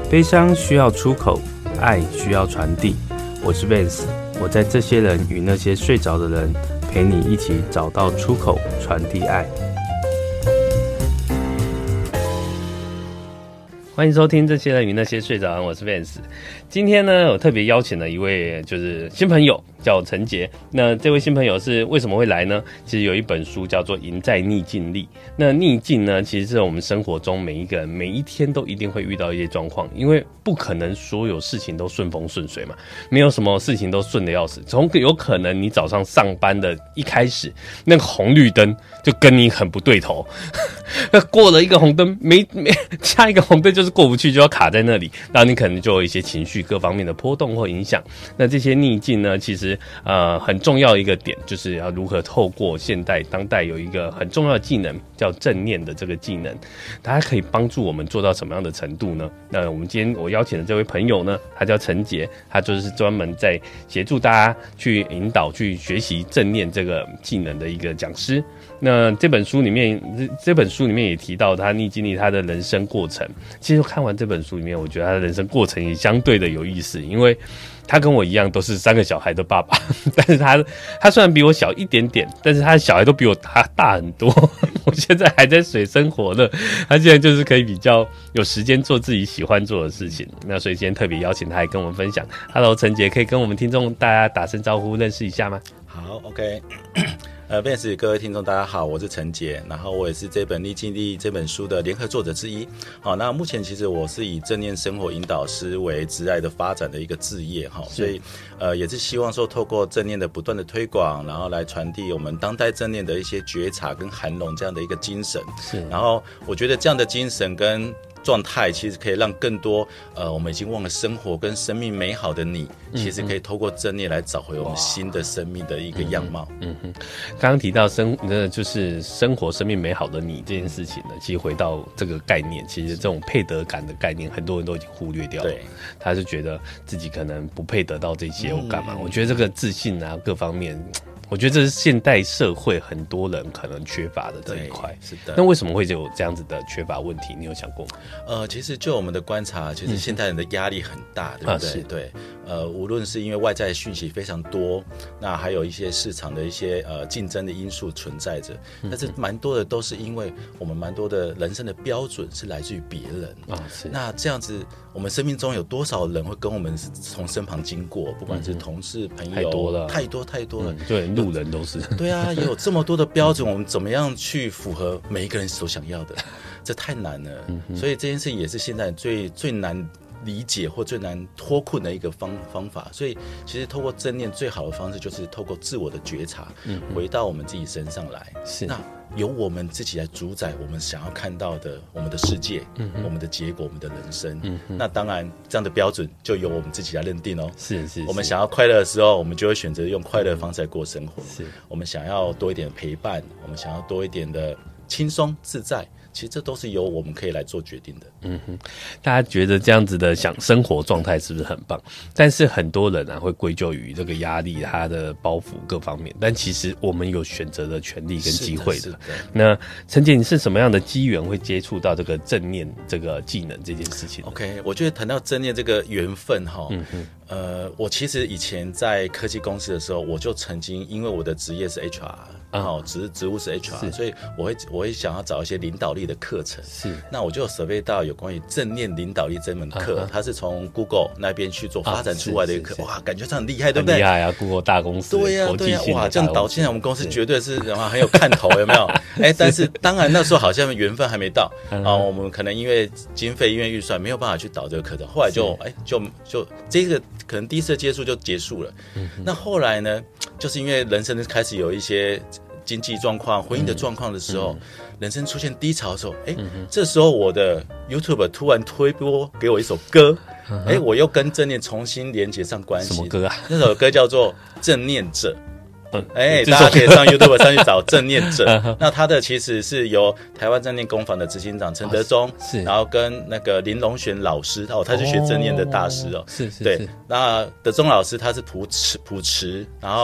悲伤需要出口，爱需要传递。我是 Vance， 我在这些人与那些睡着的人，陪你一起找到出口，传递爱。欢迎收听这些人与那些睡着的人，我是 Vance。今天呢，我特别邀请了一位就是新朋友，叫陈杰。那这位新朋友是为什么会来呢？其实有一本书叫做《赢在逆境力》。那逆境呢，其实是我们生活中每一个人每一天都一定会遇到一些状况，因为不可能所有事情都顺风顺水嘛，没有什么事情都顺得要死。有可能你早上上班的一开始，那个红绿灯就跟你很不对头，过了一个红灯，下一个红灯就是过不去，就要卡在那里，然后你可能就有一些情绪各方面的波动或影响。那这些逆境呢，其实很重要一个点，就是要如何透过现代当代有一个很重要的技能，叫正念的这个技能，它可以帮助我们做到什么样的程度呢？那我们今天我邀请的这位朋友呢，他叫陈杰，他就是专门在协助大家去引导、去学习正念这个技能的一个讲师。那这本书里面也提到他逆境力他的人生过程。其实看完这本书里面，我觉得他的人生过程也相对的有意思，因为他跟我一样都是3个小孩的爸爸，但是他虽然比我小一点点，但是他的小孩都比我大很多。我现在还在水深火热，他现在就是可以比较有时间做自己喜欢做的事情。那所以今天特别邀请他来跟我们分享。Hello， 陈杰，可以跟我们听众大家打声招呼，认识一下吗？ 好 ，OK。Vance 各位听众大家好，我是陈杰，然后我也是这本《逆境力》这本书的联合作者之一。好，那目前其实我是以正念生活引导师为职涯的发展的一个志业哈，所以也是希望说透过正念的不断的推广，然后来传递我们当代正念的一些觉察跟涵容这样的一个精神。是，然后我觉得这样的精神跟状态其实可以让更多我们已经忘了生活跟生命美好的你，其实可以透过正念来找回我们新的生命的一个样貌。 刚刚提到就是生活生命美好的你这件事情呢，其实回到这个概念，其实这种配得感的概念，很多人都已经忽略掉了。对，他是觉得自己可能不配得到这些，我干嘛？我觉得这个自信啊，各方面。我觉得这是现代社会很多人可能缺乏的这一块。是的。那为什么会有这样子的缺乏问题？你有想过吗？ 其实就我们的观察，其实现代人的压力很大，对不对？是对。无论是因为外在讯息非常多，那还有一些市场的一些竞争的因素存在着，但是蛮多的都是因为我们蛮多的人生的标准是来自于别人啊。是。那这样子，我们生命中有多少人会跟我们从身旁经过？不管是同事、朋友， 太多了， 太多了。 对。路人都是对啊，也有这么多的标准，我们怎么样去符合每一个人所想要的？这太难了。所以这件事情也是现在最难理解或最难脱困的一个方法。所以其实透过正念最好的方式就是透过自我的觉察，回到我们自己身上来。是那由我们自己来主宰我们想要看到的我们的世界，我们的结果，我们的人生。那当然这样的标准就由我们自己来认定哦。是。我们想要快乐的时候，我们就会选择用快乐的方式来过生活。是。我们想要多一点陪伴，我们想要多一点的轻松自在，其实这都是由我们可以来做决定的。 大家觉得这样子的生活状态是不是很棒？但是很多人会归咎于这个压力、他的包袱各方面。但其实我们有选择的权利跟机会的。那陈姐，你是什么样的机缘会接触到这个正念这个技能这件事情 ？OK， 我觉得谈到正念这个缘分哈，我其实以前在科技公司的时候，我就曾经因为我的职业是 HR，职务是 HR， 所以我会想要找一些领导力的课程。是，那我就有survey到有关于正念领导力这门课，它是从 Google 那边去做发展出来的一个课。哇，感觉上很厉害，对不对？ 很厉害啊 ，Google 大公司， 对呀，哇，这样导进来我们公司绝对是很有看头，有没有？但是当然那时候好像缘分还没到我们可能因为经费、因为预算没有办法去导这个课程，后来就这个可能第一次接触就结束了。那后来呢，就是因为人生开始有一些经济状况、婚姻的状况的时候，人生出现低潮的时候，这时候我的 YouTube 突然推播给我一首歌，我又跟正念重新连接上关系。 什么歌啊？ 那首歌叫做《正念者》。大家可以上 YouTube 上去找正念者。那他的其实是由台湾正念工坊的执行长陈德忠，然后跟那个林龙璇老师，他是学正念的大师哦。对。那德忠老师他是朴持，然后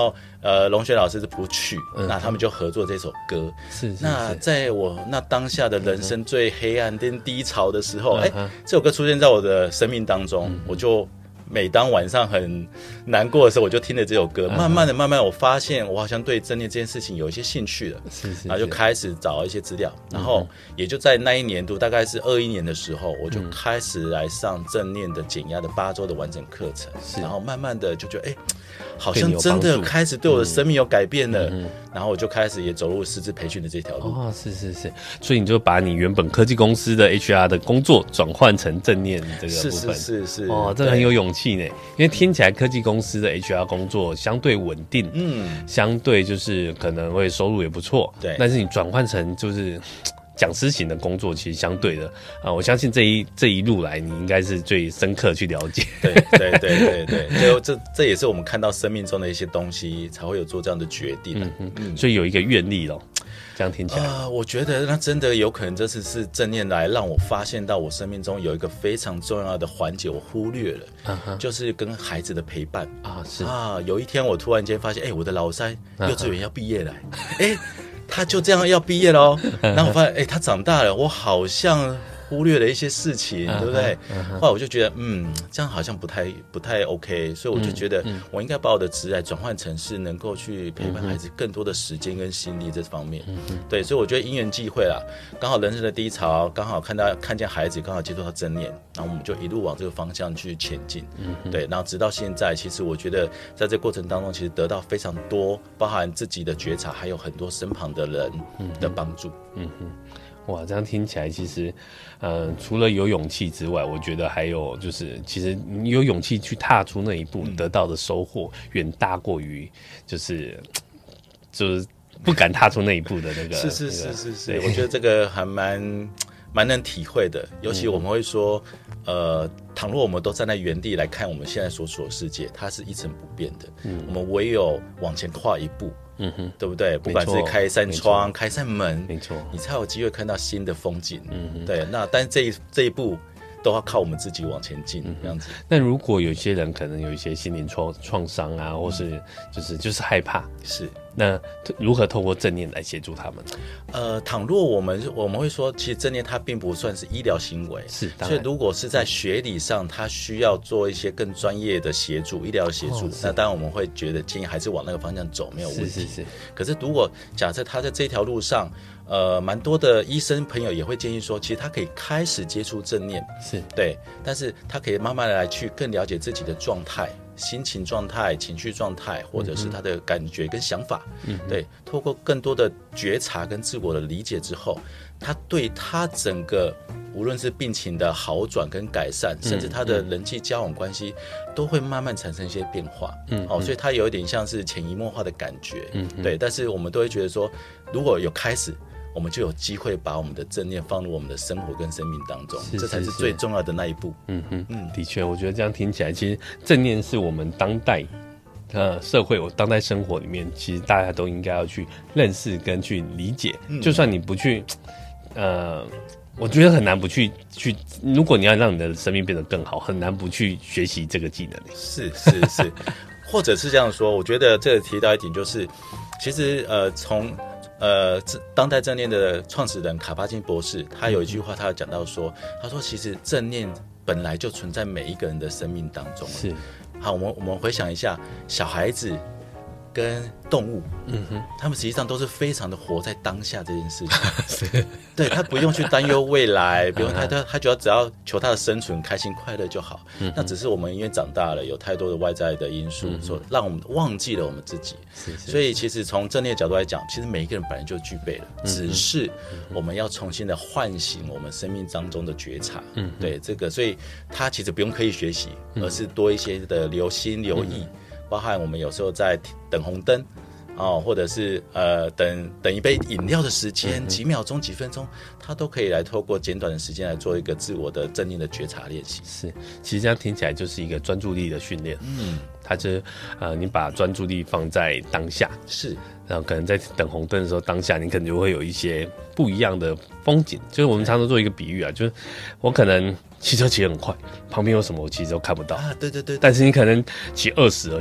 龙雪老师是谱曲，那他们就合作这首歌。 是那在我那当下的人生最黑暗跟低潮的时候，这首歌出现在我的生命当中，我就每当晚上很难过的时候，我就听着这首歌，慢慢的，我发现我好像对正念这件事情有一些兴趣了，然后就开始找一些资料，然后也就在那一年度，大概是21年的时候，我就开始来上正念的减压的8周的完整课程，然后慢慢的就觉得，好像真的开始对我的生命有改变了，然后我就开始也走入师资培训的这条路。 哦，是，所以你就把你原本科技公司的 HR 的工作转换成正念这个部分。 是。 哦，这个很有勇气呢，因为听起来科技公司的 HR 工作相对稳定，相对就是可能会收入也不错， 对。 但是你转换成就是讲师型的工作，其实相对的我相信这一路来，你应该是最深刻去了解。 对，这也是我们看到生命中的一些东西，才会有做这样的决定。 所以有一个愿力咯。这样听起来， 我觉得那真的有可能这次是正念来让我发现到我生命中有一个非常重要的环节，我忽略了，就是跟孩子的陪伴有一天我突然间发现，我的老三幼稚园要毕业了，他就这样要毕业咯，然后我发现，他长大了，我好像忽略了一些事情，对不对？后来我就觉得，这样好像不太 OK， 所以我就觉得我应该把我的职业转换成是能够去陪伴孩子更多的时间跟心力这方面。对，所以我觉得因缘际会啦，刚好人生的低潮，刚好看见孩子，刚好接触到正念，然后我们就一路往这个方向去前进。对，然后直到现在，其实我觉得在这过程当中，其实得到非常多，包含自己的觉察，还有很多身旁的人的帮助。 哇，这样听起来其实，除了有勇气之外，我觉得还有就是，其实你有勇气去踏出那一步，得到的收获远大过于就是不敢踏出那一步的那个。 是，我觉得这个还蛮能体会的，尤其我们会说，倘若我们都站在原地来看我们现在所处的世界，它是一成不变的。我们唯有往前跨一步。对不对？不管是开一扇窗、开一扇门， 没错， 你才有机会看到新的风景。对。那但是这一步都要靠我们自己往前进，这样子。 那如果有些人可能有一些心灵创伤啊，或是就是害怕， 是那如何透过正念来协助他们？ 倘若我们会说，其实正念它并不算是医疗行为， 是， 所以如果是在学理上，它需要做一些更专业的协助，医疗的协助，那当然我们会觉得建议还是往那个方向走，没有问题。 是。 可是如果假设他在这条路上，蛮多的医生朋友也会建议说，其实他可以开始接触正念， 是对，但是他可以慢慢的来去更了解自己的状态。心情状态、情绪状态，或者是他的感觉跟想法，对，透过更多的觉察跟自我的理解之后，他对他整个无论是病情的好转跟改善，甚至他的人际交往关系，都会慢慢产生一些变化。所以他有一点像是潜移默化的感觉，对。但是我们都会觉得说，如果有开始，我们就有机会把我们的正念放入我们的生活跟生命当中，这才是最重要的那一步。 的确，我觉得这样听起来，其实正念是我们当代社会、当代生活里面，其实大家都应该要去认识跟去理解。就算你不去，我觉得很难不去。如果你要让你的生命变得更好，很难不去学习这个技能。 是，或者是这样说，我觉得这个提到一点就是，其实从当代正念的创始人卡巴金博士，他有一句话，他有讲到说，他说其实正念本来就存在每一个人的生命当中。 是， 好，我们回想一下，小孩子跟动物，他们实际上都是非常的活在当下这件事情。对，他不用去担忧未来，不用他只要求他的生存开心快乐就好。那只是我们因为长大了，有太多的外在的因素，所以让我们忘记了我们自己。所以其实从正念的角度来讲，其实每一个人本来就具备了，只是我们要重新的唤醒我们生命当中的觉察。对这个，所以他其实不用刻意学习，而是多一些的留心留意。包含我们有时候在等红灯，或者是等一杯饮料的时间，几秒钟、几分钟，它都可以来透过简短的时间来做一个自我的正念的觉察练习。 是，其实这样听起来就是一个专注力的训练。它就是你把专注力放在当下， 是， 然后可能在等红灯的时候，当下你可能就会有一些不一样的风景。就是我们常常做一个比喻啊，就是我可能骑车骑很快，旁边有什么我其实都看不到。 对。 但是你可能骑20而已。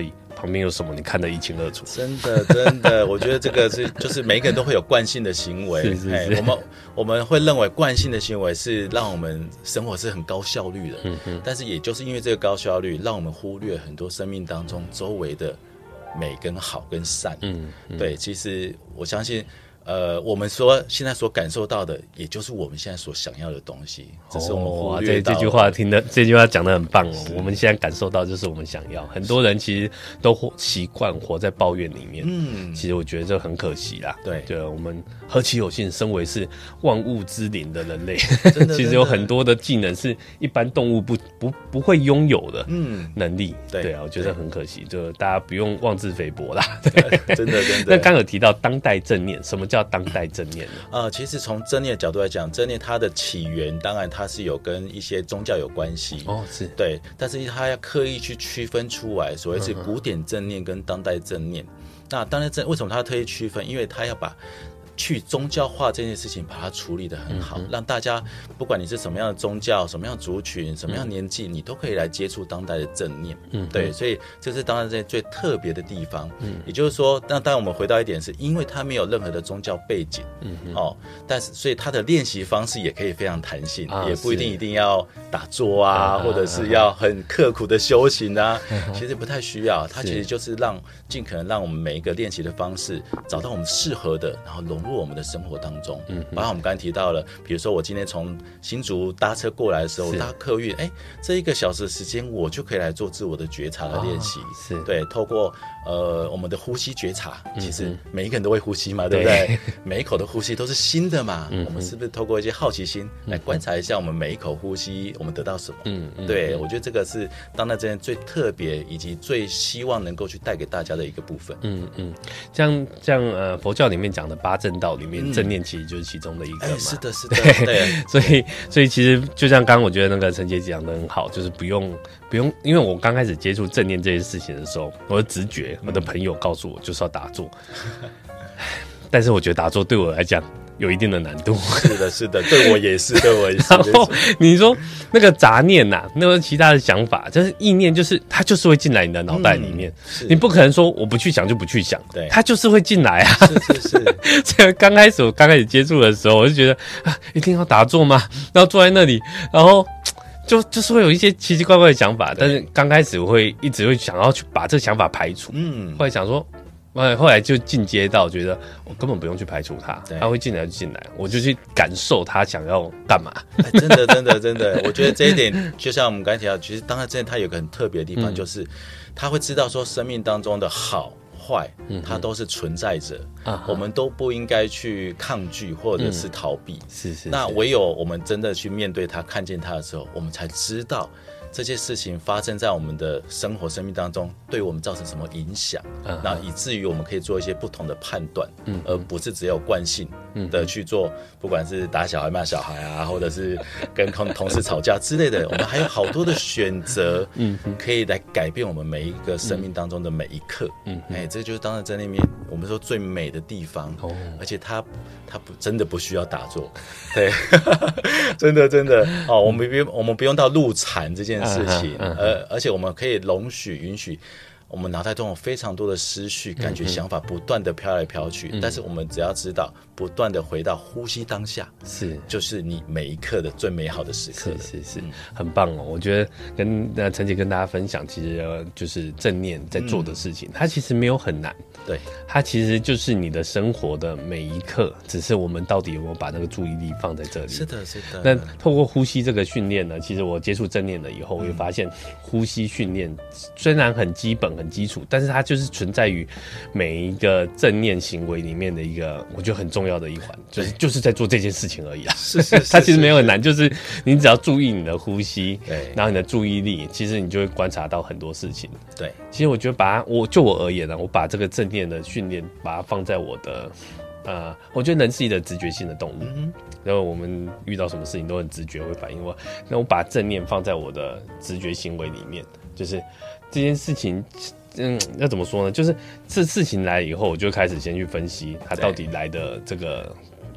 旁边有什么，你看得一清二楚。 真的真的，我觉得这个就是每一个人都会有惯性的行为， 是我们会认为惯性的行为是让我们生活是很高效率的，但是也就是因为这个高效率，让我们忽略很多生命当中周围的美跟好跟善。对，其实我相信。我们现在所感受到的，也就是我们现在所想要的东西，这是我们忽略到的。 这句话讲得很棒哦。我们现在感受到就是我们想要，很多人其实都习惯活在抱怨里面。其实我觉得这很可惜啦。对，我们何其有幸，身为是万物之灵的人类，其实有很多的技能是一般动物不会拥有的能力。对啊，我觉得很可惜，就大家不用妄自菲薄啦。对， 真的。 那刚有提到当代正念，什么叫当代正念呢？ 其实从正念的角度来讲，正念它的起源，当然它是有跟一些宗教有关系。 是对，但是它要刻意去区分出来，所谓是古典正念跟当代正念。那当代正为什么它特意区分？因为它要把去宗教化这件事情把它处理得很好，让大家不管你是什么样的宗教、什么样的族群、什么样的年纪，你都可以来接触当代的正念。对，所以这是当代正念最特别的地方。也就是说，那当然我们回到一点是，因为它没有任何的宗教背景，但是所以它的练习方式也可以非常弹性，也不一定要打坐啊，或者是要很刻苦的修行啊，其实不太需要。它其实就是尽可能让我们每一个练习的方式找到我们适合的，然后融入我们的生活当中。包括我们刚才提到了，比如说我今天从新竹搭车过来的时候，搭客运，这1个小时的时间，我就可以来做自我的觉察的练习。对，透过我们的呼吸觉察，其实每一个人都会呼吸嘛，对不对？每一口的呼吸都是新的嘛，我们是不是透过一些好奇心来观察一下我们每一口呼吸，我们得到什么？对，我觉得这个是当代正念最特别以及最希望能够去带给大家的一个部分。 像佛教里面讲的8正道里面，正念其实就是其中的一个嘛。 是的，对。 所以其实就像刚刚我觉得那个陈杰讲的很好，就是不用，因为我刚开始接触正念这件事情的时候，我的直觉，我的朋友告诉我就是要打坐，但是我觉得打坐对我来讲有一定的难度。 是的，对我也是。 然后你说那个杂念呐，那个其他的想法，就是意念，就是它就是会进来你的脑袋里面，你不可能说我不去想就不去想，对，它就是会进来啊。 是。 这个刚开始接触的时候，我就觉得一定要打坐吗？然后坐在那里，然后就是会有一些奇奇怪怪的想法，但是刚开始我一直会想要去把这个想法排除，后来想说。后来就进阶到觉得我根本不用去排除它，它会进来就进来，我就去感受它想要干嘛。 真的，我觉得这一点就像我们刚才提到，其实当然真的它有个很特别的地方，就是他会知道说生命当中的好坏，它都是存在着，我们都不应该去抗拒或者是逃避。是。那唯有我们真的去面对它、看见它的时候，我们才知道这些事情发生在我们的生命当中，对我们造成什么影响，那以至于我们可以做一些不同的判断，而不是只有惯性的去做，不管是打小孩、骂小孩啊，或者是跟同事吵架之类的，我们还有好多的选择，可以来改变我们每一个生命当中的每一刻。这就是当然在那边我们说最美的地方，而且它真的不需要打坐，对，真的我们不用到入禅这件事情，而且我们可以允许我们脑袋中有非常多的思绪、感觉、想法不断的飘来飘去，但是我们只要知道，不断的回到呼吸当下，就是你每一刻的最美好的时刻。 是，很棒哦！我觉得跟陈杰跟大家分享，其实就是正念在做的事情，它其实没有很难，对，它其实就是你的生活的每一刻，只是我们到底有没有把那个注意力放在这里。是的。那透过呼吸这个训练呢，其实我接触正念了以后，我就发现呼吸训练虽然很基本、很基础，但是它就是存在于每一个正念行为里面的一个我觉得很重要的一环，就是在做这件事情而已啦。是，它其实没有很难，就是你只要注意你的呼吸，对，然后你的注意力，其实你就会观察到很多事情。对，其实我觉得就我而言呢，我把这个正念的训练把它放在我的我觉得人是一个直觉性的动物，然后我们遇到什么事情都很直觉会反应。那我把正念放在我的直觉行为里面，就是这件事情，要怎么说呢？就是这事情来以后，我就开始先去分析它到底来的这个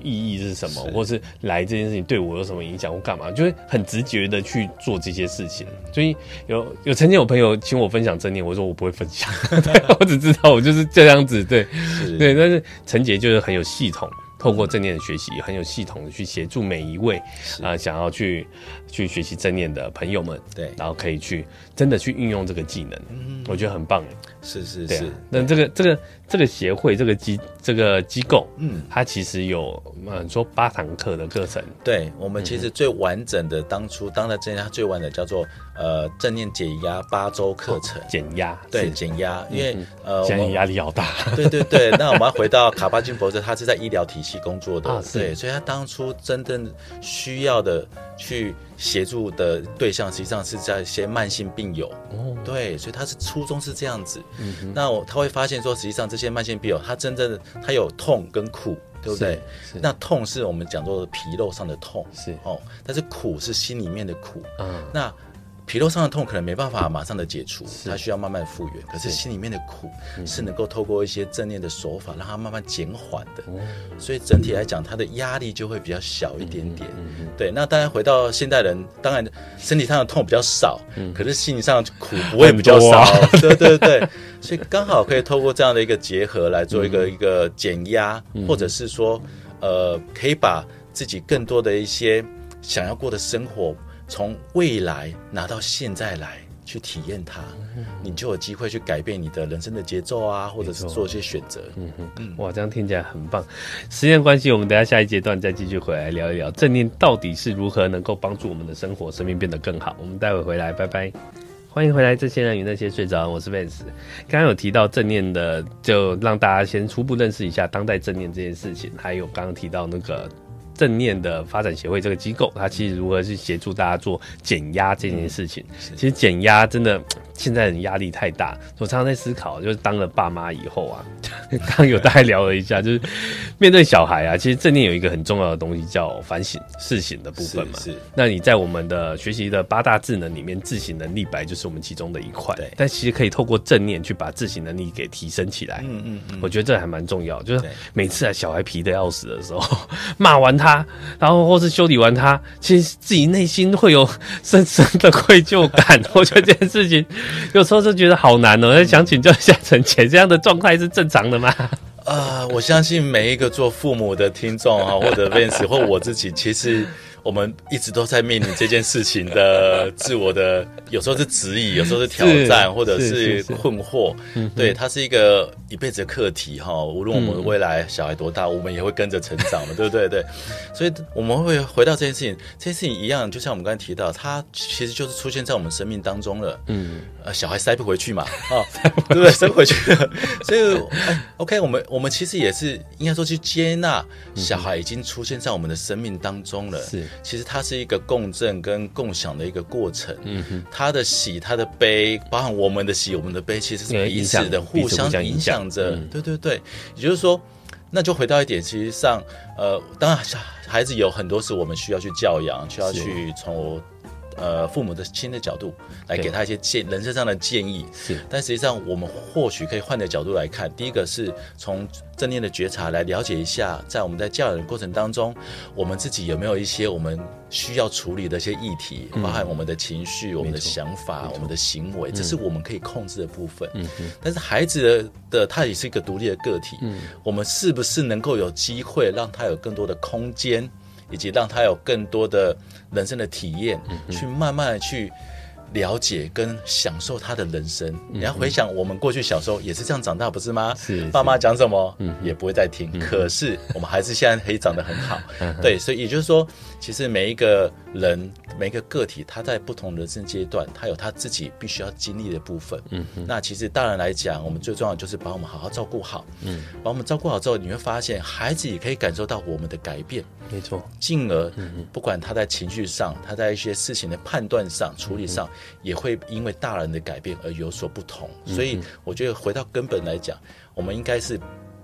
意义是什么，或是来这件事情对我有什么影响或干嘛，就会很直觉的去做这些事情。所以曾经有朋友请我分享正念，我说我不会分享，对，我只知道我就是这样子，对，对。但是陈杰就是很有系统。透过正念的学习，很有系统的去协助每一位想要去学习正念的朋友们，对，然后可以真的去运用这个技能，我觉得很棒。 是， 那这个协会这个机构，它其实有说8堂课的课程。对， 我们其实最完整的当代正念它最完整叫做正念减压8周课程。 减压， 对，减压，因为现在压力好大。 对，那我们要回到卡巴金博士，他是在医疗体系工作的，对，所以他当初真正需要的去协助的对象，实际上是在一些慢性病友，对，所以他是初衷是这样子。那他会发现说，实际上这些慢性病友，他有痛跟苦，对不对？那痛是我们讲做皮肉上的痛，但是苦是心里面的苦。那皮肉上的痛可能没办法马上的解除，它需要慢慢复原。可是心里面的苦是能够透过一些正念的手法，让它慢慢减缓的。所以整体来讲，它的压力就会比较小一点点。对，那当然回到现代人，当然身体上的痛比较少，可是心理上的苦不会比较少。对，所以刚好可以透过这样的一个结合来做一个减压，或者是说可以把自己更多的一些想要过的生活，从未来拿到现在来去体验它，你就有机会去改变你的人生的节奏啊，或者是做一些选择。 哇，这样听起来很棒。时间关系，我们等一下下一阶段再继续回来聊一聊正念到底是如何能够帮助我们的生活、生命变得更好。我们待会回来，拜拜。欢迎回来，这些人与那些睡着人，我是 Vance。刚刚有提到正念的，就让大家先初步认识一下当代正念这件事情，还有刚刚提到那个正念的发展协会这个机构，它其实如何去协助大家做减压这件事情。其实减压真的现在人压力太大，我常常在思考，就是当了爸妈以后啊，刚刚有大概聊了一下，就是面对小孩啊，其实正念有一个很重要的东西叫反省、自省的部分嘛。那你在我们的学习的8大智能里面，自省能力本来就是我们其中的一块，但其实可以透过正念去把自省能力给提升起来。我觉得这还蛮重要，就是每次小孩皮得要死的时候，骂完他，然后或是修理完他，其实自己内心会有深深的愧疚感。我觉得这件事情有时候就觉得好难哦。想请教一下陈姐，这样的状态是正常的吗？ 我相信每一个做父母的听众啊，或者 Vance 或我自己，其实我们一直都在面临这件事情的自我的，有时候是质疑，有时候是挑战，或者是困惑。对，它是一个一辈子的课题哈。无论我们未来小孩多大，我们也会跟着成长的，对不对？对，所以我们会回到这件事情，这件事情一样，就像我们刚才提到，它其实就是出现在我们生命当中了。小孩塞不回去嘛，对不对？塞不回去了，所以OK， 我们其实也是应该说去接纳小孩已经出现在我们的生命当中了。其实它是一个共振跟共享的一个过程。他的喜，他的悲，包含我们的喜，我们的悲，其实是彼此的互相影响着。对，也就是说，那就回到一点，其实上，当然孩子有很多是我们需要去教养，需要去从父母的亲的角度来给他一些人生上的建议。但实际上我们或许可以换个角度来看，第一个是从正念的觉察来了解一下，在我们在教养的过程当中，我们自己有没有一些我们需要处理的一些议题，包含我们的情绪、我们的想法、我们的行为，这是我们可以控制的部分。但是孩子的他也是一个独立的个体，我们是不是能够有机会让他有更多的空间，以及让他有更多的人生的体验，去慢慢的去了解跟享受他的人生。你要回想我们过去小时候也是这样长大，不是吗？爸妈讲什么也不会再听，可是我们还是现在可以长得很好。对，所以也就是说，其实每一个人每一个个体，他在不同人生阶段，他有他自己必须要经历的部分。那其实大人来讲，我们最重要的就是把我们好好照顾好。把我们照顾好之后，你会发现孩子也可以感受到我们的改变。 没错， 进而不管他在情绪上，他在一些事情的判断上、处理上，也会因为大人的改变而有所不同。所以我觉得回到根本来讲，我们应该是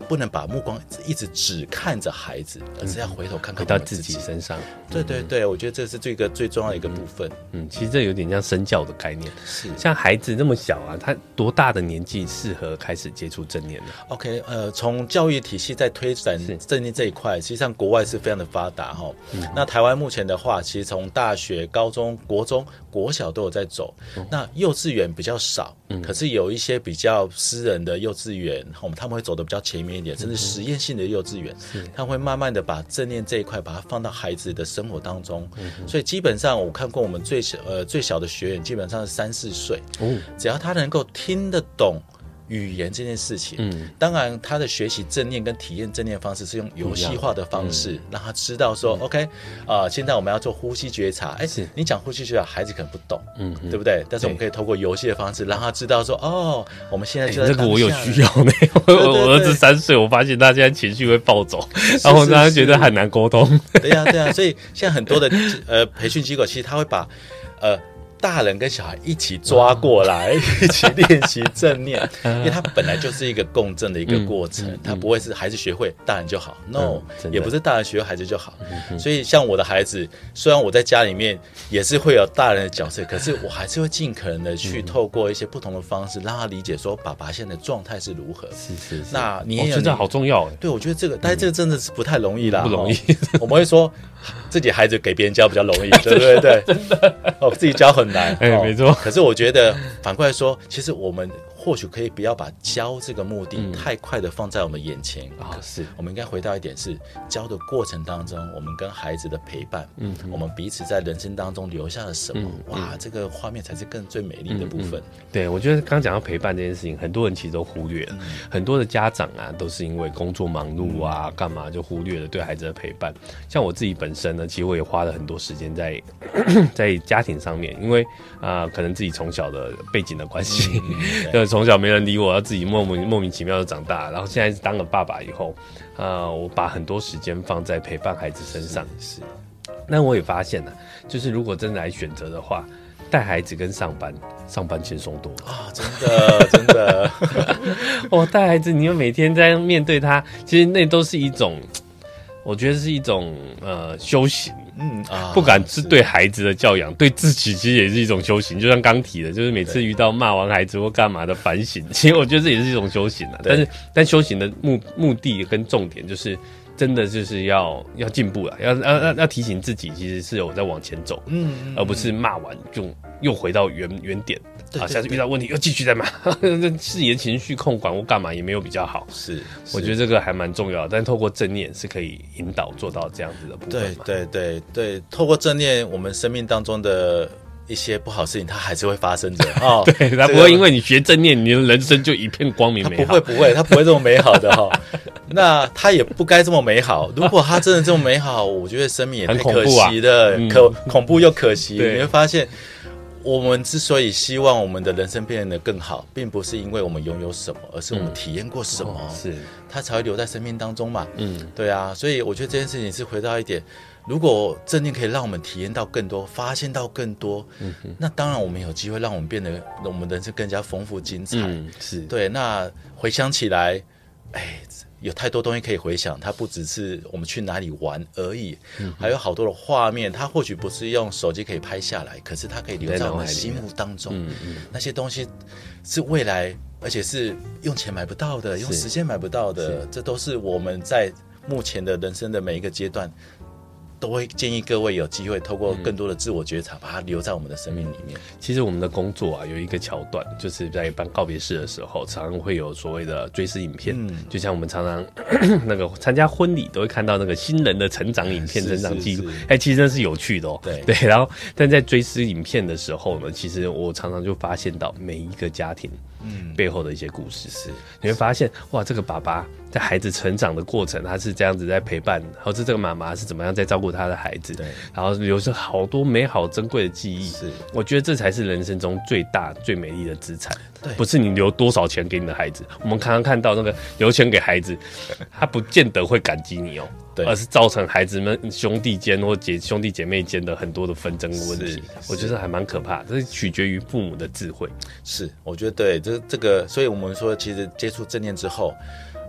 不能把目光一直只看着孩子，而是要回头看看回到自己身上。 对对对，我觉得这是这个最重要的一个部分。 其实这有点像身教的概念。 是， 像孩子那么小啊，他多大的年纪适合开始接触正念呢 ？OK， 从教育体系在推展正念这一块，实际上国外是非常的发达哈。那台湾目前的话，其实从大学、高中、国中、国小都有在走。那幼稚园比较少，可是有一些比较私人的幼稚园，他们会走的比较前面一点，甚至实验性的幼稚园，他会慢慢的把正念这一块把它放到孩子的生活当中。所以基本上我看过我们最小的学员，基本上是3、4岁，只要他能够听得懂语言这件事情，当然他的学习正念跟体验正念方式是用游戏化的方式，让他知道说，OK，现在我们要做呼吸觉察，你讲呼吸觉察，孩子可能不懂，对不对？但是我们可以透过游戏的方式，让他知道说，我们现在就在这个我有需要呢。我儿子3岁，我发现他现在情绪会暴走，然后他觉得很难沟通。 对呀，所以现在很多的培训机构，其实他会把大人跟小孩一起抓过来，一起练习正念，因为它本来就是一个共振的一个过程，它不会是孩子学会大人就好 ，no，也不是大人学会孩子就好。所以像我的孩子，虽然我在家里面也是会有大人的角色，可是我还是会尽可能的去透过一些不同的方式，让他理解说爸爸现在的状态是如何。 是。 那你也有， 这好重要哎。 对，我觉得这个，但是这个真的是不太容易啦， 不容易。 我们会说自己孩子给别人教比较容易，对不对？真的，自己教很难， 没错。 可是我觉得反过来说，其实我们或许可以不要把教这个目的太快的放在我们眼前， 是我们应该回到一点是教的过程当中，我们跟孩子的陪伴，我们彼此在人生当中留下了什么，哇，这个画面才是最美丽的部分。 对，我觉得刚讲到陪伴这件事情，很多人其实都忽略了，很多的家长啊，都是因为工作忙碌啊，干嘛就忽略了对孩子的陪伴。像我自己本身呢，其实我也花了很多时间在家庭上面，因为可能自己从小的背景的关系，从小没人理我，要自己莫名其妙的长大，然后现在当了爸爸以后，我把很多时间放在陪伴孩子身上。是，那我也发现了，就是如果真的来选择的话，带孩子跟上班轻松多啊！真的， 带孩子，你又每天在面对他，其实那都是一种，我觉得是一种修行。不管是对孩子的教养，对自己其实也是一种修行。就像刚提的，就是每次遇到骂完孩子或干嘛的反省，其实我觉得这也是一种修行啊。但修行的目的跟重点就是，真的就是要进步了，要提醒自己，其实是有在往前走，而不是骂完就又回到原点。下次遇到问题又继续在骂，自己的情绪控管或干嘛也没有比较好。是，我觉得这个还蛮重要的，但透过正念是可以引导做到这样子的部分。 对，透过正念，我们生命当中的一些不好事情，它还是会发生的对，它不会因为你学正念，你的人生就一片光明美好。 不会，它不会这么美好的那它也不该这么美好。如果它真的这么美好，我觉得生命也太可惜了，恐怖又可惜。你会发现，我们之所以希望我们的人生变得更好，并不是因为我们拥有什么，而是我们体验过什么，是它才会留在生命当中嘛。对啊，所以我觉得这件事情是回到一点，如果正念可以让我们体验到更多，发现到更多，那当然我们有机会让我们变得我们人生更加丰富精彩。是对。那回想起来，有太多东西可以回想，它不只是我们去哪里玩而已，还有好多的画面，它或许不是用手机可以拍下来，可是它可以留在我们心目当中。那些东西是未来，而且是用钱买不到的，用时间买不到的，这都是我们在目前的人生的每一个阶段，都会建议各位有机会透过更多的自我觉察，把它留在我们的生命里面。 其实我们的工作啊，有一个桥段，就是在办告别式的时候，常常会有所谓的追思影片。就像我们常常那个参加婚礼都会看到那个新人的成长影片、成长记录，其实那是有趣的对。然后，但在追思影片的时候呢，其实我常常就发现到每一个家庭背后的一些故事。你会发现哇，这个爸爸在孩子成长的过程，他是这样子在陪伴，或是这个妈妈是怎么样在照顾他的孩子，然后留下好多美好珍贵的记忆。我觉得这才是人生中最大最美丽的资产，不是你留多少钱给你的孩子。我们常常看到那个留钱给孩子，他不见得会感激你而是造成孩子们兄弟间或兄弟姐妹间的很多的纷争问题。我觉得还蛮可怕的，这是取决于父母的智慧。 我觉得对这个，所以我们说，其实接触正念之后，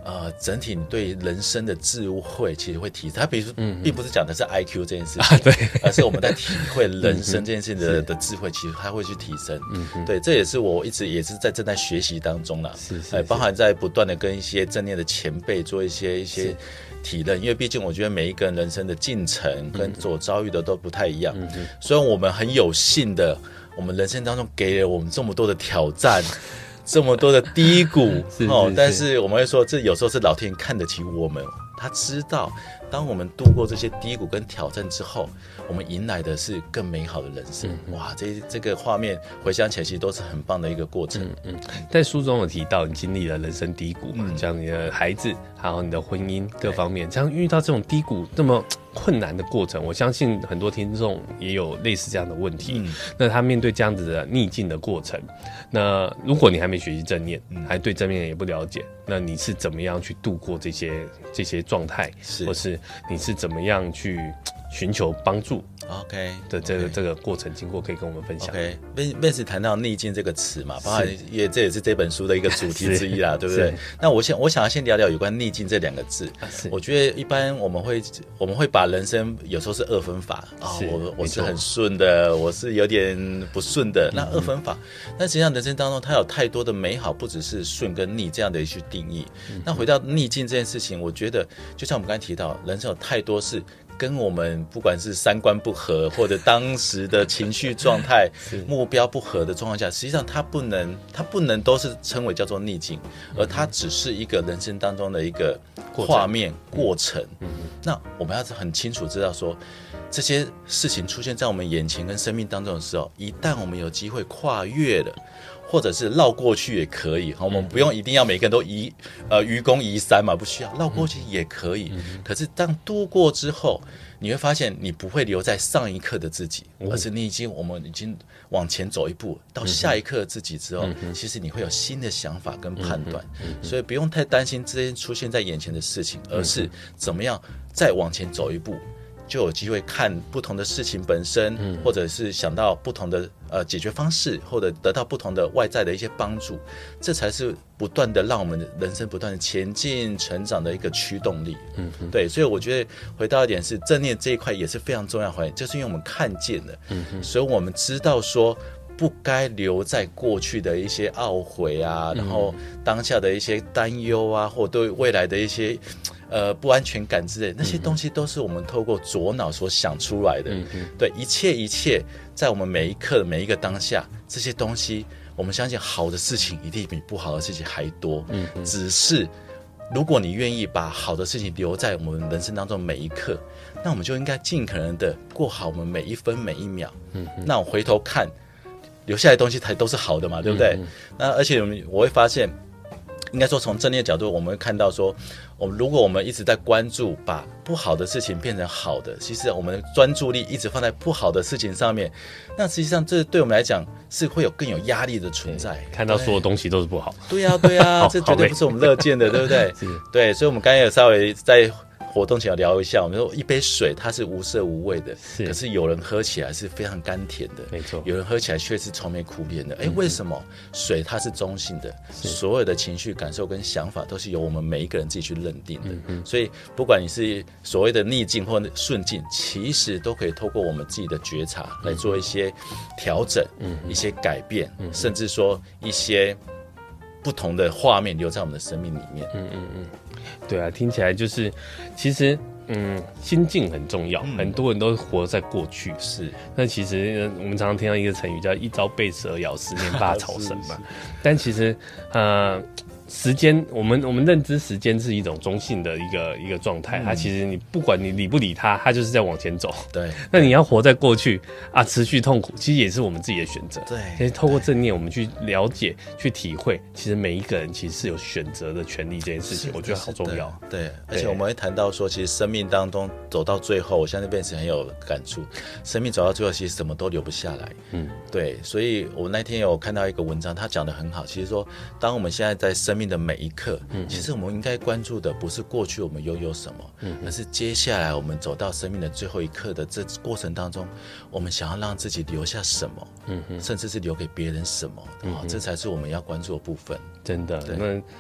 整体你对人生的智慧其实会提升。它比如说，并不是讲的是 IQ 这件事情， 对， 而是我们在体会人生这件事情的智慧，其实它会去提升。对，这也是我一直也是正在学习当中啦。 是， 包含在不断的跟一些正念的前辈做一些体认，因为毕竟我觉得每一个人生的进程跟所遭遇的都不太一样。虽然我们很有幸的，我们人生当中给了我们这么多的挑战。这么多的低谷但是我们会说，这有时候是老天看得起我们，他知道，当我们度过这些低谷跟挑战之后，我们迎来的是更美好的人生。哇，这个画面回想起来，其实都是很棒的一个过程。 在书中有提到，你经历了人生低谷嘛，像你的孩子，还有你的婚姻各方面，这样遇到这种低谷这么困难的过程，我相信很多听众也有类似这样的问题。那他面对这样子的逆境的过程，那如果你还没学习正念，还对正念也不了解，那你是怎么样去度过这些状态，或是你是怎么样去寻求帮助？OK 的这个过程经过，可以跟我们分享。 OK，Vance 谈到逆境这个词嘛，包含这也是这本书的一个主题之一啦，对不对？那我想要先聊聊有关逆境这2个字。我觉得一般我们会把人生有时候是2分法我是很顺的，我是有点不顺的，那2分法。但实际上人生当中它有太多的美好，不只是顺跟逆这样的一些定义。那回到逆境这件事情，我觉得就像我们刚才提到，人生有太多是跟我们不管是三观不合，或者当时的情绪状态、目标不合的状况下，实际上它不能都是称为叫做逆境，而它只是一个人生当中的一个画面过程。那我们要很清楚知道说，这些事情出现在我们眼前跟生命当中的时候，一旦我们有机会跨越了，或者是绕过去也可以，我们不用一定要每个人都愚公移山嘛，不需要，绕过去也可以。可是当度过之后，你会发现你不会留在上一刻的自己，而是我们已经往前走一步，到下一刻的自己之后，其实你会有新的想法跟判断，所以不用太担心这些出现在眼前的事情，而是怎么样再往前走一步，就有机会看不同的事情本身，或者是想到不同的解决方式，或者得到不同的外在的一些帮助，这才是不断的让我们的人生不断的前进成长的一个驱动力。对，所以我觉得回到一点是正念这一块也是非常重要的，就是因为我们看见了，所以我们知道说不该留在过去的一些懊悔啊，然后当下的一些担忧啊，或对未来的一些不安全感之类，那些东西都是我们透过左脑所想出来的。对，一切在我们每一刻每一个当下，这些东西我们相信好的事情一定比不好的事情还多。只是如果你愿意把好的事情留在我们人生当中每一刻，那我们就应该尽可能的过好我们每一分每一秒。那我回头看留下来的东西才都是好的嘛，对不对？那而且我会发现，应该说从正念的角度，我们会看到说，如果我们一直在关注把不好的事情变成好的，其实我们的专注力一直放在不好的事情上面，那实际上这对我们来讲是会有更有压力的存在。 看到所有东西都是不好。 对啊，这绝对不是我们乐见的，对不对？对，所以我们刚才也稍微在活动前聊一下，我们说一杯水它是无色无味的，可是有人喝起来是非常甘甜的，没错，有人喝起来却是愁眉苦脸的。为什么？水它是中性的，所有的情绪感受跟想法都是由我们每一个人自己去认定的。所以不管你是所谓的逆境或顺境，其实都可以透过我们自己的觉察来做一些调整，一些改变，甚至说一些不同的画面留在我们的生命里面。 对啊，听起来就是其实心境很重要，很多人都活在过去。是，那其实我们常常听到一个成语叫一朝被蛇咬，10年怕草绳嘛。但其实时间，我们认知时间是一种中性的一个状态，它其实你不管你理不理它，它就是在往前走。对，那你要活在过去啊，持续痛苦，其实也是我们自己的选择。对，其实透过正念，我们去了解、去体会，其实每一个人其实是有选择的权利这件事情，我觉得好重要。 对，而且我们会谈到说，其实生命当中走到最后，我相信Vance很有感触，生命走到最后，其实什么都留不下来。对，所以我那天有看到一个文章，他讲得很好，其实说，当我们现在在生命的每一刻，其实我们应该关注的不是过去我们拥有什么，而是接下来我们走到生命的最后一刻的这过程当中，我们想要让自己留下什么，甚至是留给别人什么，这才是我们要关注的部分。 真的，那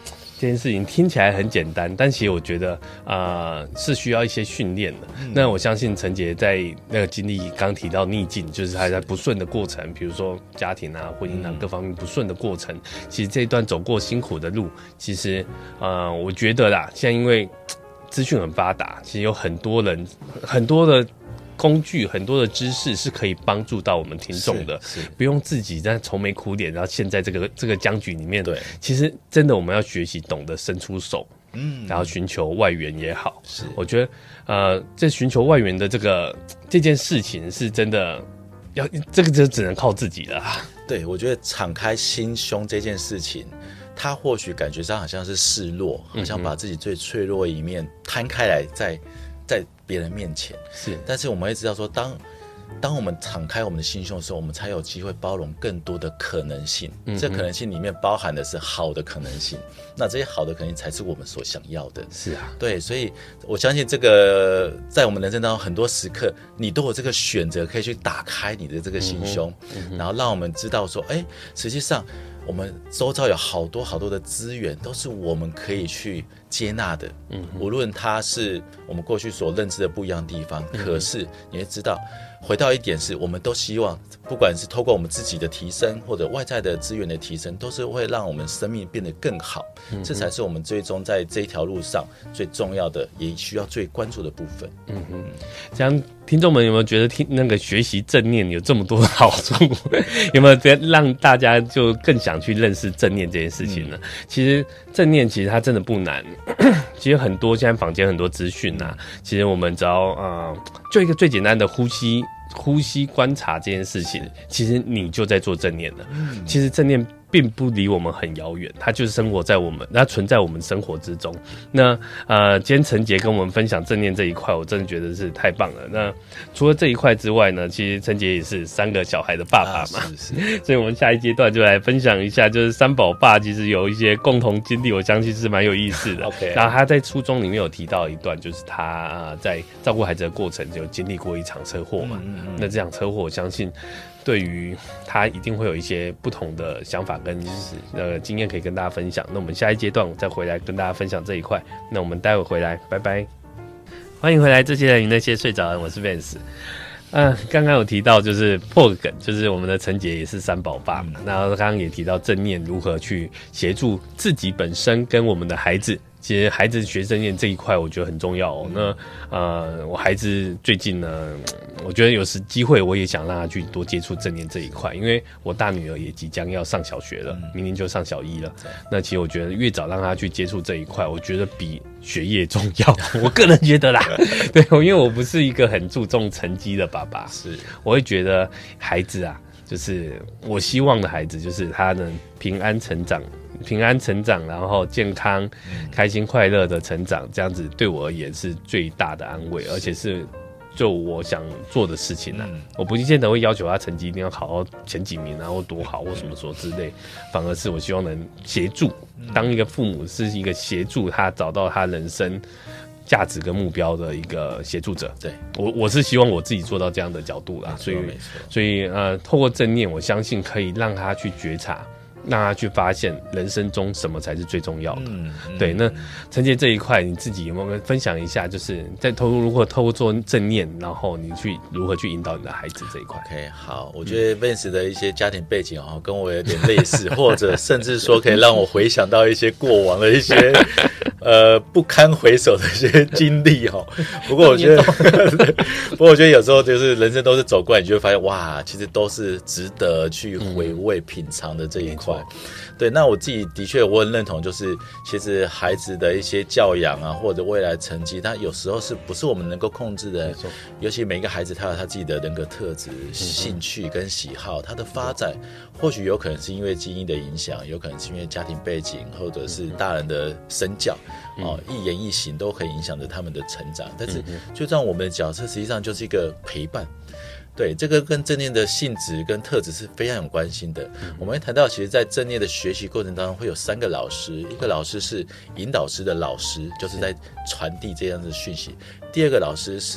这件事情听起来很简单，但其实我觉得是需要一些训练的。那我相信陈杰在那个经历刚提到逆境，就是他在不顺的过程，比如说家庭啊、婚姻啊各方面不顺的过程，其实这一段走过辛苦的路，其实我觉得啦，现在因为资讯很发达，其实有很多人很多的工具，很多的知识是可以帮助到我们听众的，不用自己在愁眉苦脸，然后陷在这个僵局里面。对，其实真的我们要学习懂得伸出手，然后寻求外援也好。是，我觉得这寻求外援的这件事情是真的这个就只能靠自己了。 对，我觉得敞开心胸这件事情，他或许感觉上好像是示弱，好像把自己最脆弱的一面摊开来在别人面前。是，但是我们会知道说，当我们敞开我们的心胸的时候，我们才有机会包容更多的可能性。这可能性里面包含的是好的可能性，那这些好的可能性才是我们所想要的。 是啊， 对，所以我相信这个在我们人生当中很多时刻，你都有这个选择，可以去打开你的这个心胸，然后让我们知道说，实际上我们周遭有好多好多的资源，都是我们可以去接纳的。无论它是我们过去所认知的不一样的地方，可是你会知道，回到一点是，我们都希望，不管是透过我们自己的提升，或者外在的资源的提升，都是会让我们生命变得更好。这才是我们最终在这一条路上最重要的，也需要最关注的部分。 这样听众们有没有觉得那个学习正念有这么多的好处？有没有让大家就更想去认识正念这件事情呢？其实正念其实它真的不难，其实很多现在坊间很多资讯啊，其实我们只要就一个最简单的呼吸观察这件事情，其实你就在做正念了。其实正念并不离我们很遥远，它就是生活在我们，它存在我们生活之中。那今天陈杰跟我们分享正念这一块，我真的觉得是太棒了。那除了这一块之外呢，其实陈杰也是3个小孩的爸爸嘛，所以我们下一阶段就来分享一下，就是三宝爸其实有一些共同经历，我相信是蛮有意思的。然后他在书中里面有提到一段，就是他在照顾孩子的过程就经历过一场车祸嘛。那这场车祸，我相信对于他一定会有一些不同的想法跟经验可以跟大家分享。那我们下一阶段我再回来跟大家分享这一块。那我们待会回来，拜拜。欢迎回来，这些人与那些睡着人，我是 Vance。刚刚有提到就是破个梗，就是我们的陈杰也是三宝爸嘛。然后刚刚也提到正念如何去协助自己本身跟我们的孩子。其实孩子学正念这一块，我觉得很重要哦。那我孩子最近呢，我觉得有时机会我也想让他去多接触正念这一块，因为我大女儿也即将要上小学了，明年就上小1了。那其实我觉得越早让他去接触这一块，我觉得比学业重要。我个人觉得啦，对，因为我不是一个很注重成绩的爸爸，我会觉得孩子啊，就是我希望的孩子，就是他能平安成长，然后健康、开心、快乐的成长，这样子对我而言是最大的安慰，而且是就我想做的事情啊。我不见得会要求他成绩一定要考到前几名，然后多好或什么之类，反而是我希望能协助，当一个父母是一个协助他找到他人生价值跟目标的一个协助者。对，我是希望我自己做到这样的角度啦，所以透过正念，我相信可以让他去觉察，让他去发现人生中什么才是最重要的。对，那陈杰这一块你自己有没有分享一下，就是在如何透过做正念，然后你去如何去引导你的孩子这一块。 OK， 好，我觉得 Vance 的一些家庭背景跟我有点类似，或者甚至说可以让我回想到一些过往的一些不堪回首的一些经历。不过我觉得有时候就是人生都是走过来，你就会发现哇，其实都是值得去回味品尝的这一块。对，那我自己的确我很认同，就是其实孩子的一些教养啊，或者未来成绩，他有时候是不是我们能够控制的？尤其每一个孩子他有他自己的人格特质、兴趣跟喜好，他的发展或许有可能是因为基因的影响，有可能是因为家庭背景，或者是大人的身教，一言一行都可以影响着他们的成长。但是就像我们的角色实际上就是一个陪伴。对，这个跟正念的性质跟特质是非常有关系的。我们会谈到，其实在正念的学习过程当中会有3个老师，一个老师是引导师的老师，就是在传递这样的讯息；第2个老师是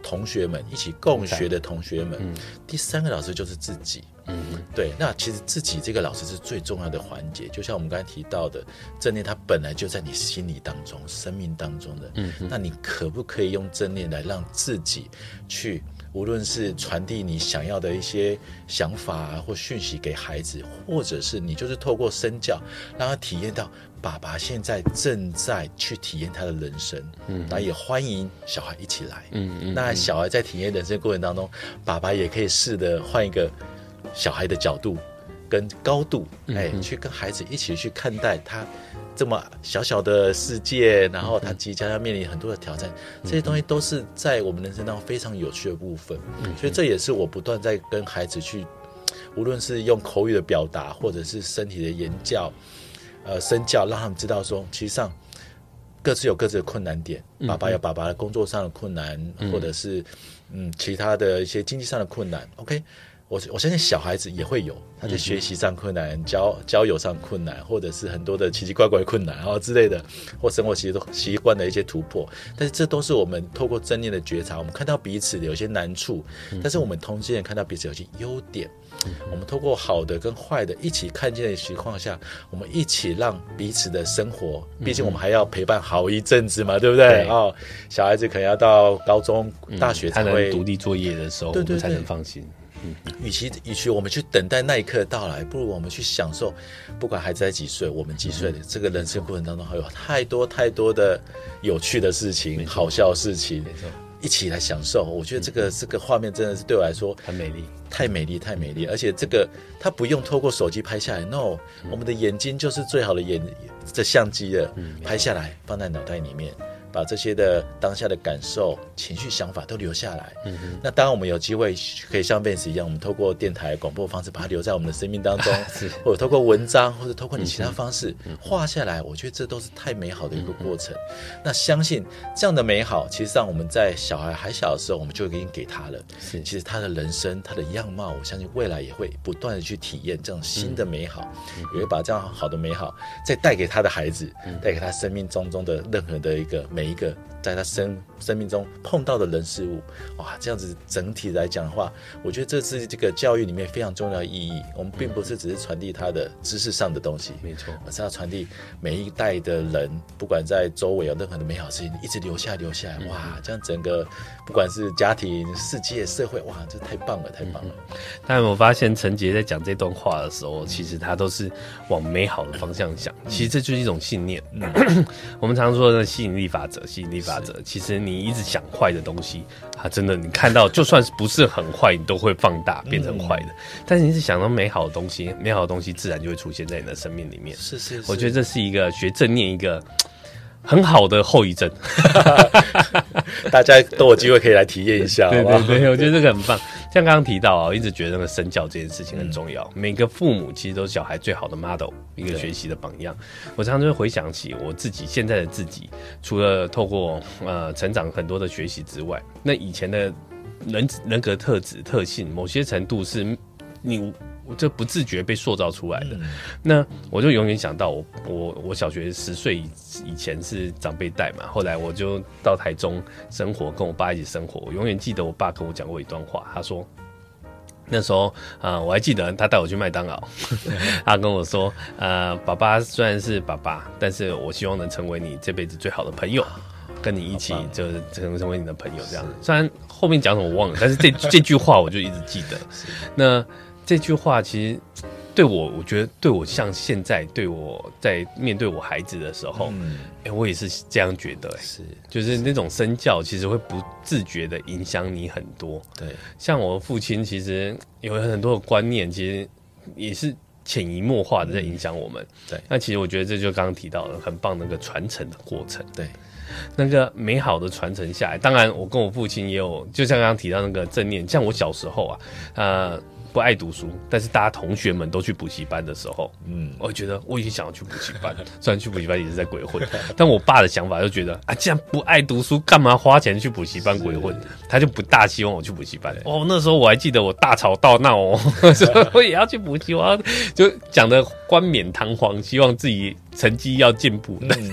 同学们，一起共学的同学们。第3个老师就是自己。对，那其实自己这个老师是最重要的环节，就像我们刚才提到的，正念它本来就在你心理当中、生命当中的。那你可不可以用正念来让自己去，无论是传递你想要的一些想法或讯息给孩子，或者是你就是透过身教，让他体验到爸爸现在正在去体验他的人生。那也欢迎小孩一起来。那小孩在体验人生过程当中，爸爸也可以试着换一个小孩的角度跟高度，去跟孩子一起去看待他这么小小的世界，然后他即将要面临很多的挑战，这些东西都是在我们人生当中非常有趣的部分。所以这也是我不断在跟孩子去，无论是用口语的表达，或者是身体的言教、身教，让他们知道说，其实上各自有各自的困难点。爸爸有爸爸的工作上的困难，或者是其他的一些经济上的困难。OK。我相信小孩子也会有他在学习上困难、交友上困难，或者是很多的奇奇怪怪的困难之类的，或生活习惯的一些突破。但是这都是我们透过正念的觉察，我们看到彼此的有些难处，但是我们同时也看到彼此有些优点。我们透过好的跟坏的一起看见的情况下，我们一起让彼此的生活，毕竟我们还要陪伴好一阵子嘛，对不对？小孩子可能要到高中、大学才会他能独立作业的时候，我们才能放心。 与其我们去等待那一刻的到来，不如我们去享受，不管孩子在几岁，我们几岁的这个人生过程当中，还有太多太多的有趣的事情、好笑的事情，一起来享受。我觉得这个画面真的是对我来说很美丽， 太美丽，太美丽。而且这个它不用透过手机拍下来 ，no，我们的眼睛就是最好的相机了，拍下来放在脑袋里面。把这些的当下的感受、情绪、想法都留下来。那当然我们有机会可以像 Vance 一样，我们透过电台广播方式把它留在我们的生命当中，或者透过文章，或者透过你其他方式画下来。我觉得这都是太美好的一个过程。那相信这样的美好，其实上我们在小孩还小的时候，我们就已经给他了。其实他的人生、他的样貌，我相信未来也会不断的去体验这样新的美好，也会把这样好的美好再带给他的孩子，带给他生命当中的任何的每一个在他生命中碰到的人事物。哇，这样子整体来讲的话，我觉得这是这个教育里面非常重要的意义。我们并不是只是传递他的知识上的东西， 没错， 而是要传递每一代的人，不管在周围有任何的美好事情，一直留下来。哇，这样整个不管是家庭、世界、社会，哇，这太棒了，太棒了。 但我发现陈杰在讲这段话的时候，其实他都是往美好的方向想。其实这就是一种信念。我们常说的吸引力法则，其实你一直想坏的东西，它真的你看到就算不是很坏，你都会放大变成坏的。但是你一直想到美好的东西，美好的东西自然就会出现在你的生命里面。 是， 我觉得这是一个学正念一个很好的后遗症。 大家都有机会可以来体验一下。 对，我觉得这个很棒。像刚刚提到我一直觉得那个身教这件事情很重要。每个父母其实都是小孩最好的 model， 一个学习的榜样。我常常就会回想起我自己现在的自己，除了透过成长很多的学习之外，那以前的人格特质特性，某些程度是你这不自觉被塑造出来的。那我就永远想到我小学10岁以前是长辈带嘛，后来我就到台中生活，跟我爸一起生活。我永远记得我爸跟我讲过一段话，他说那时候我还记得他带我去麦当劳，他跟我说爸爸虽然是爸爸，但是我希望能成为你这辈子最好的朋友，跟你一起就是成为你的朋友这样。虽然后面讲什么我忘了，但是这句话我就一直记得。那这句话其实对我觉得对我像现在对我在面对我孩子的时候，我也是这样觉得。就是那种身教其实会不自觉的影响你很多。对，像我父亲其实有很多的观念，其实也是潜移默化的在影响我们。对，那其实我觉得这就刚刚提到的很棒的那个传承的过程。对。那个美好的传承下来，当然我跟我父亲也有，就像刚刚提到那个正念，像我小时候不爱读书，但是大家同学们都去补习班的时候，我觉得我也想要去补习班，虽然去补习班也是在鬼混，但我爸的想法就觉得既然不爱读书，干嘛花钱去补习班鬼混？他就不大希望我去补习班。那时候我还记得我大吵大闹说我也要去补习，我要就讲的冠冕堂皇，希望自己成绩要进步。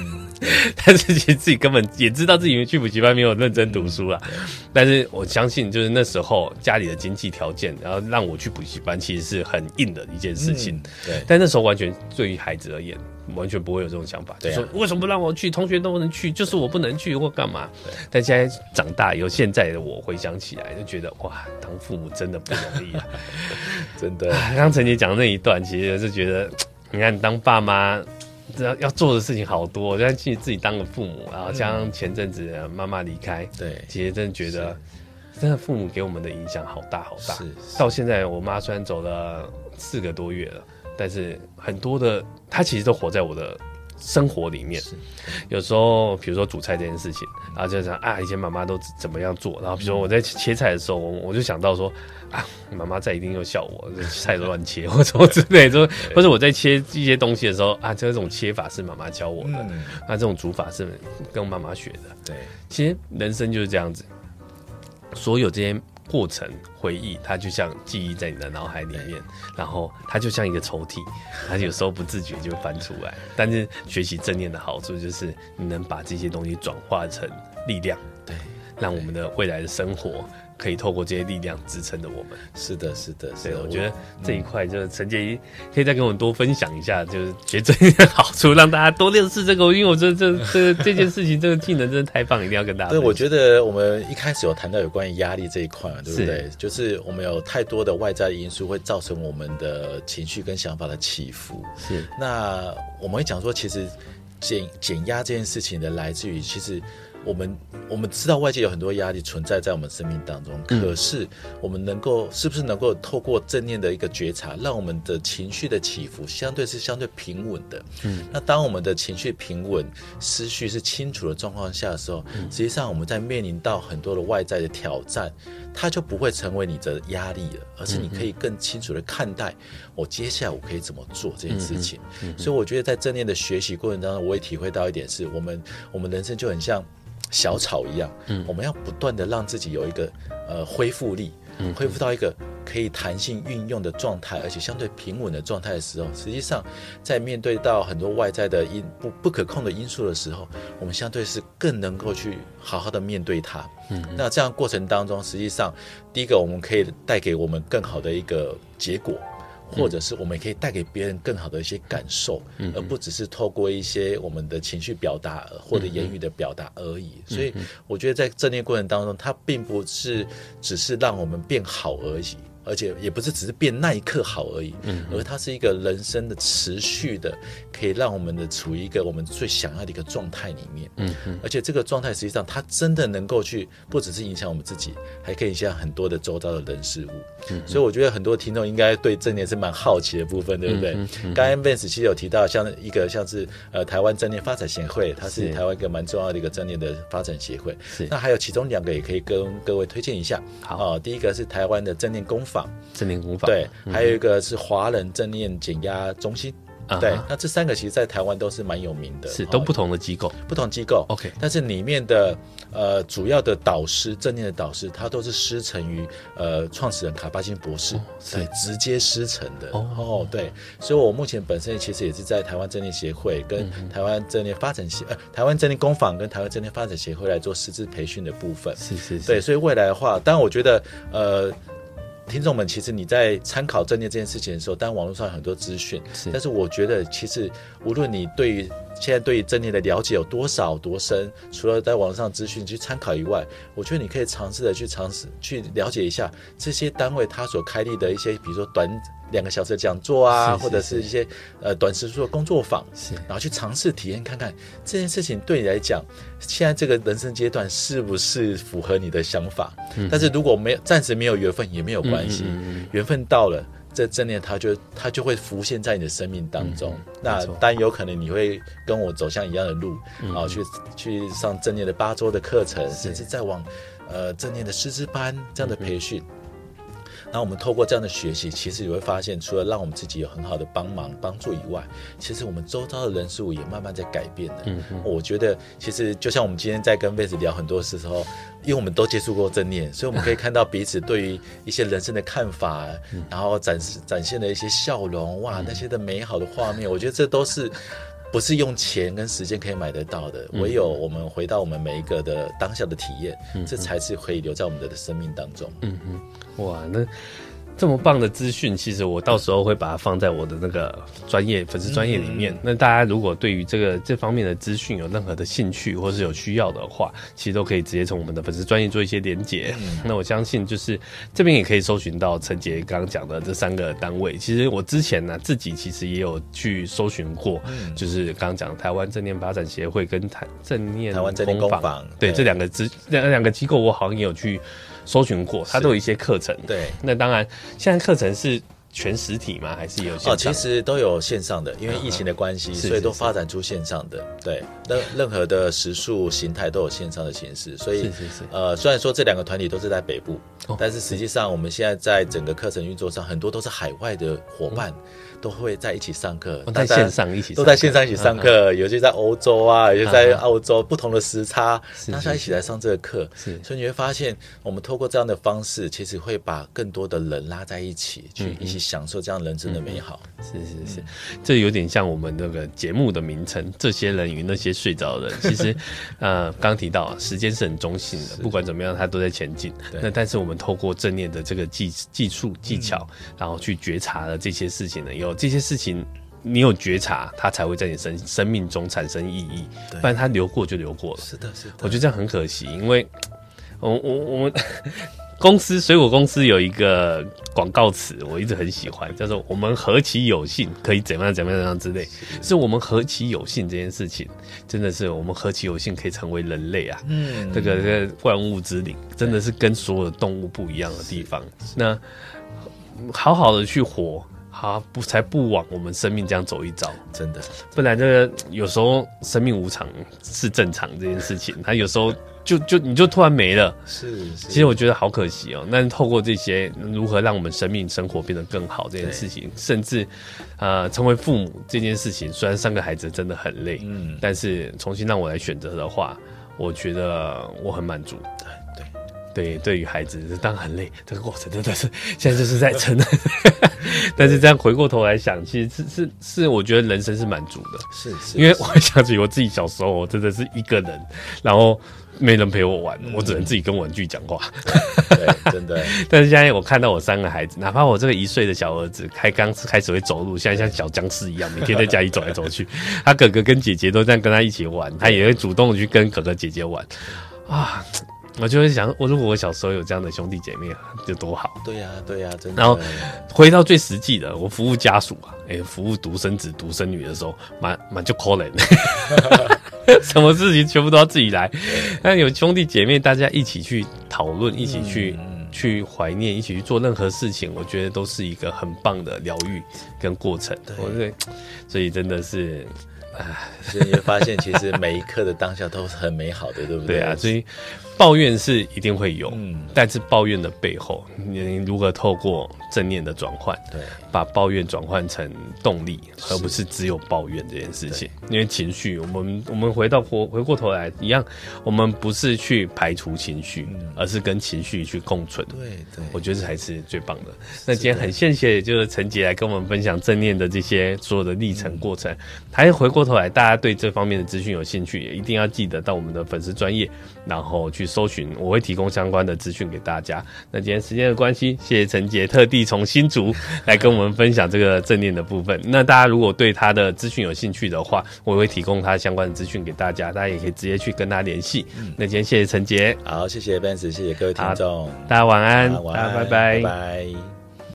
但是其实自己根本也知道自己去补习班没有认真读书啦。但是我相信，就是那时候家里的经济条件，然后让我去补习班，其实是很硬的一件事情。 对， 但那时候完全对于孩子而言，完全不会有这种想法，就说为什么不让我去？同学都能去，就是我不能去或干嘛？但现在长大以后，现在的我回想起来，就觉得哇，当父母真的不容易啊， 真的。 刚刚陈姐讲的那一段，其实是觉得，你看当爸妈。要做的事情好多，现在自己当个父母，然后加上前阵子妈妈离开， 对， 其实真的觉得，真的父母给我们的影响好大好大。到现在我妈虽然走了4个多月了，但是很多的她其实都活在我的生活里面。有时候比如说煮菜这件事情，然后就想啊，以前妈妈都怎么样做，然后比如说我在切菜的时候，我就想到说啊，妈妈在一定又笑我菜都乱切或什么之类的，或者我在切一些东西的时候啊，这种切法是妈妈教我的，那这种煮法是跟妈妈学的。 对， 其实人生就是这样子，所有这些过程回忆，它就像记忆在你的脑海里面，然后它就像一个抽屉，它有时候不自觉就翻出来。但是学习正念的好处就是你能把这些东西转化成力量， 对， 让我们的未来的生活可以透过这些力量支撑着我们。 是的，是的， 对，我觉得这一块就是陈杰可以再跟我们多分享一下，就是学正念的好处，让大家多认识这个。因为我觉得这件事情，这个技能真的太棒，一定要跟大家分享。 对，我觉得我们一开始有谈到有关于压力这一块嘛，对不对？就是我们有太多的外在的因素会造成我们的情绪跟想法的起伏。 是， 那我们会讲说，其实减压这件事情的来自于，其实我们知道外界有很多压力存在在我们生命当中，可是我们是不是能够透过正念的一个觉察，让我们的情绪的起伏相对平稳的。那当我们的情绪平稳，思绪是清楚的状况下的时候，实际上我们在面临到很多的外在的挑战，它就不会成为你的压力了，而是你可以更清楚的看待我接下来我可以怎么做这件事情。所以我觉得在正念的学习过程当中，我也体会到一点是，我们人生就很像小草一样，我们要不断的让自己有一个恢复力，恢复到一个可以弹性运用的状态，而且相对平稳的状态的时候，实际上在面对到很多外在的不可控的因素的时候，我们相对是更能够去好好的面对它。那这样过程当中，实际上第一个我们可以带给我们更好的一个结果，或者是我们也可以带给别人更好的一些感受，而不只是透过一些我们的情绪表达或者言语的表达而已。所以我觉得在正念过程当中，它并不是只是让我们变好而已，而且也不是只是变那一刻好而已，而它是一个人生的持续的，可以让我们的处于一个我们最想要的一个状态里面。而且这个状态实际上它真的能够去不只是影响我们自己，还可以影响很多的周遭的人事物。所以我觉得很多听众应该对正念是蛮好奇的部分，对不对？刚才 Vance 其实有提到像是台湾正念发展协会，它是台湾一个蛮重要的一个正念的发展协会。那还有其中2个也可以跟各位推荐一下。好，第一个是台湾的正念工坊，对，还有一个是华人正念减压中心。对，那这3个其实在台湾都是蛮有名的， 是都不同的机构，OK， 但是里面的主要的导师，正念的导师，他都是师承于创始人卡巴金博士，对，直接师承的。对，所以我目前本身其实也是在台湾正念协会跟台湾正念发展台湾正念工坊跟台湾正念发展协会来做师资培训的部分。 是， 对，所以未来的话，当然我觉得听众们，其实你在参考正念这件事情的时候，当然网络上有很多资讯，但是我觉得其实无论你现在对于正念的了解有多少多深，除了在网络上资讯去参考以外，我觉得你可以尝试去了解一下这些单位他所开立的一些，比如说短2个小时的讲座啊，或者是一些短时数的工作坊，然后去尝试体验看看这件事情对你来讲，现在这个人生阶段是不是符合你的想法。但是如果暂时没有缘分也没有关系，缘分到了，这正念它就会浮现在你的生命当中。那当然有可能你会跟我走向一样的路，去上正念的8周的课程，甚至再往正念的师资班这样的培训。那我们透过这样的学习，其实你会发现，除了让我们自己有很好的帮助以外，其实我们周遭的人事物也慢慢在改变的。我觉得其实就像我们今天在跟 Vance 聊很多事的时候，因为我们都接触过正念，所以我们可以看到彼此对于一些人生的看法，然后展现的一些笑容，哇，那些的美好的画面，我觉得这都是不是用钱跟时间可以买得到的，唯有我们回到我们每一个的当下的体验，这才是可以留在我们的生命当中。 哇，那这么棒的资讯，其实我到时候会把它放在我的那个粉丝专页里面。那大家如果对于这方面的资讯有任何的兴趣或是有需要的话，其实都可以直接从我们的粉丝专页做一些连结。那我相信就是这边也可以搜寻到陈杰刚刚讲的这3个单位。其实我之前呢自己其实也有去搜寻过，就是刚刚讲台湾正念发展协会跟台湾正念工坊，对，这两个机构我好像也有去搜寻过，它都有一些课程。 对， 那当然，现在课程是全实体吗？还是有线上？ 其实都有线上的，因为疫情的关系，所以都发展出线上的。对，任何的时数形态都有线上的形式，所以虽然说这2个团体都是在北部，但是实际上我们现在在整个课程运作上，很多都是海外的伙伴。都会在一起上课， 在线上一起上课， 都在线上一起上课，有些在欧洲啊，有些在澳洲，不同的时差，大家一起来上这个课，所以你会发现，我们透过这样的方式，其实会把更多的人拉在一起，去一起享受这样人生的美好。 是，这有点像我们那个节目的名称《这些人与那些睡着的人》。其实，刚提到时间是很中性的，不管怎么样，它都在前进。那但是我们透过正念的这个技术技巧，然后去觉察了这些事情呢，这些事情你有觉察，它才会在你生命中产生意义，不然它流过就流过了。 是的， 我觉得这样很可惜，因为我们水果公司有一个广告词，我一直很喜欢，叫做"我们何其有幸可以怎么样之类"，是我们何其有幸这件事情，真的是我们何其有幸可以成为人类啊！这个万物之灵，真的是跟所有的动物不一样的地方。那好好的去活。才不枉我们生命这样走一遭， 真的， 不然这个有时候生命无常是正常这件事情，它有时候你就突然没了，其实我觉得好可惜哦。那透过这些如何让我们生活变得更好这件事情，甚至成为父母这件事情，虽然3个孩子真的很累，但是重新让我来选择的话，我觉得我很满足。对于孩子当然很累，这个过程真的是现在就是在撑但是这样回过头来想，其实是我觉得人生是满足的，是因为我想起我自己小时候，我真的是一个人，然后没人陪我玩，我只能自己跟玩具讲话。 对，真的。 但是现在我看到我3个孩子，哪怕我这个1岁的小儿子刚开始会走路，现在像小僵尸一样，每天在家里走来走去。他哥哥跟姐姐都这样跟他一起玩，他也会主动去跟哥哥姐姐玩啊。我就会想，如果我小时候有这样的兄弟姐妹，就多好。 对呀，真的。 然后回到最实际的，我服务家属服务独生子、独生女的时候，蛮就可怜，什么事情全部都要自己来。但有兄弟姐妹，大家一起去讨论，一起去怀念，一起去做任何事情，我觉得都是一个很棒的疗愈跟过程。所以真的是。 所以你会发现，其实每一刻的当下都是很美好的，对不对？ 对啊，所以抱怨是一定会有，但是抱怨的背后，你如何透过正念的转换，把抱怨转换成动力，而不是只有抱怨这件事情。因为情绪，我们回过头来一样，我们不是去排除情绪，而是跟情绪去共存。对，我觉得这才是最棒的。那今天很谢谢就是陈杰来跟我们分享正念的这些所有的历程过程，还回过头来，大家对这方面的资讯有兴趣，也一定要记得到我们的粉丝专页，然后去搜寻，我会提供相关的资讯给大家。那今天时间的关系，谢谢陈杰特地从新竹来跟我们分享这个正念的部分。那大家如果对他的资讯有兴趣的话，我会提供他相关的资讯给大家，大家也可以直接去跟他联系。那今天谢谢陈杰， 好，谢谢 Vance， 谢谢各位听众， 大家晚安， 晚安， 大家拜拜。 拜拜。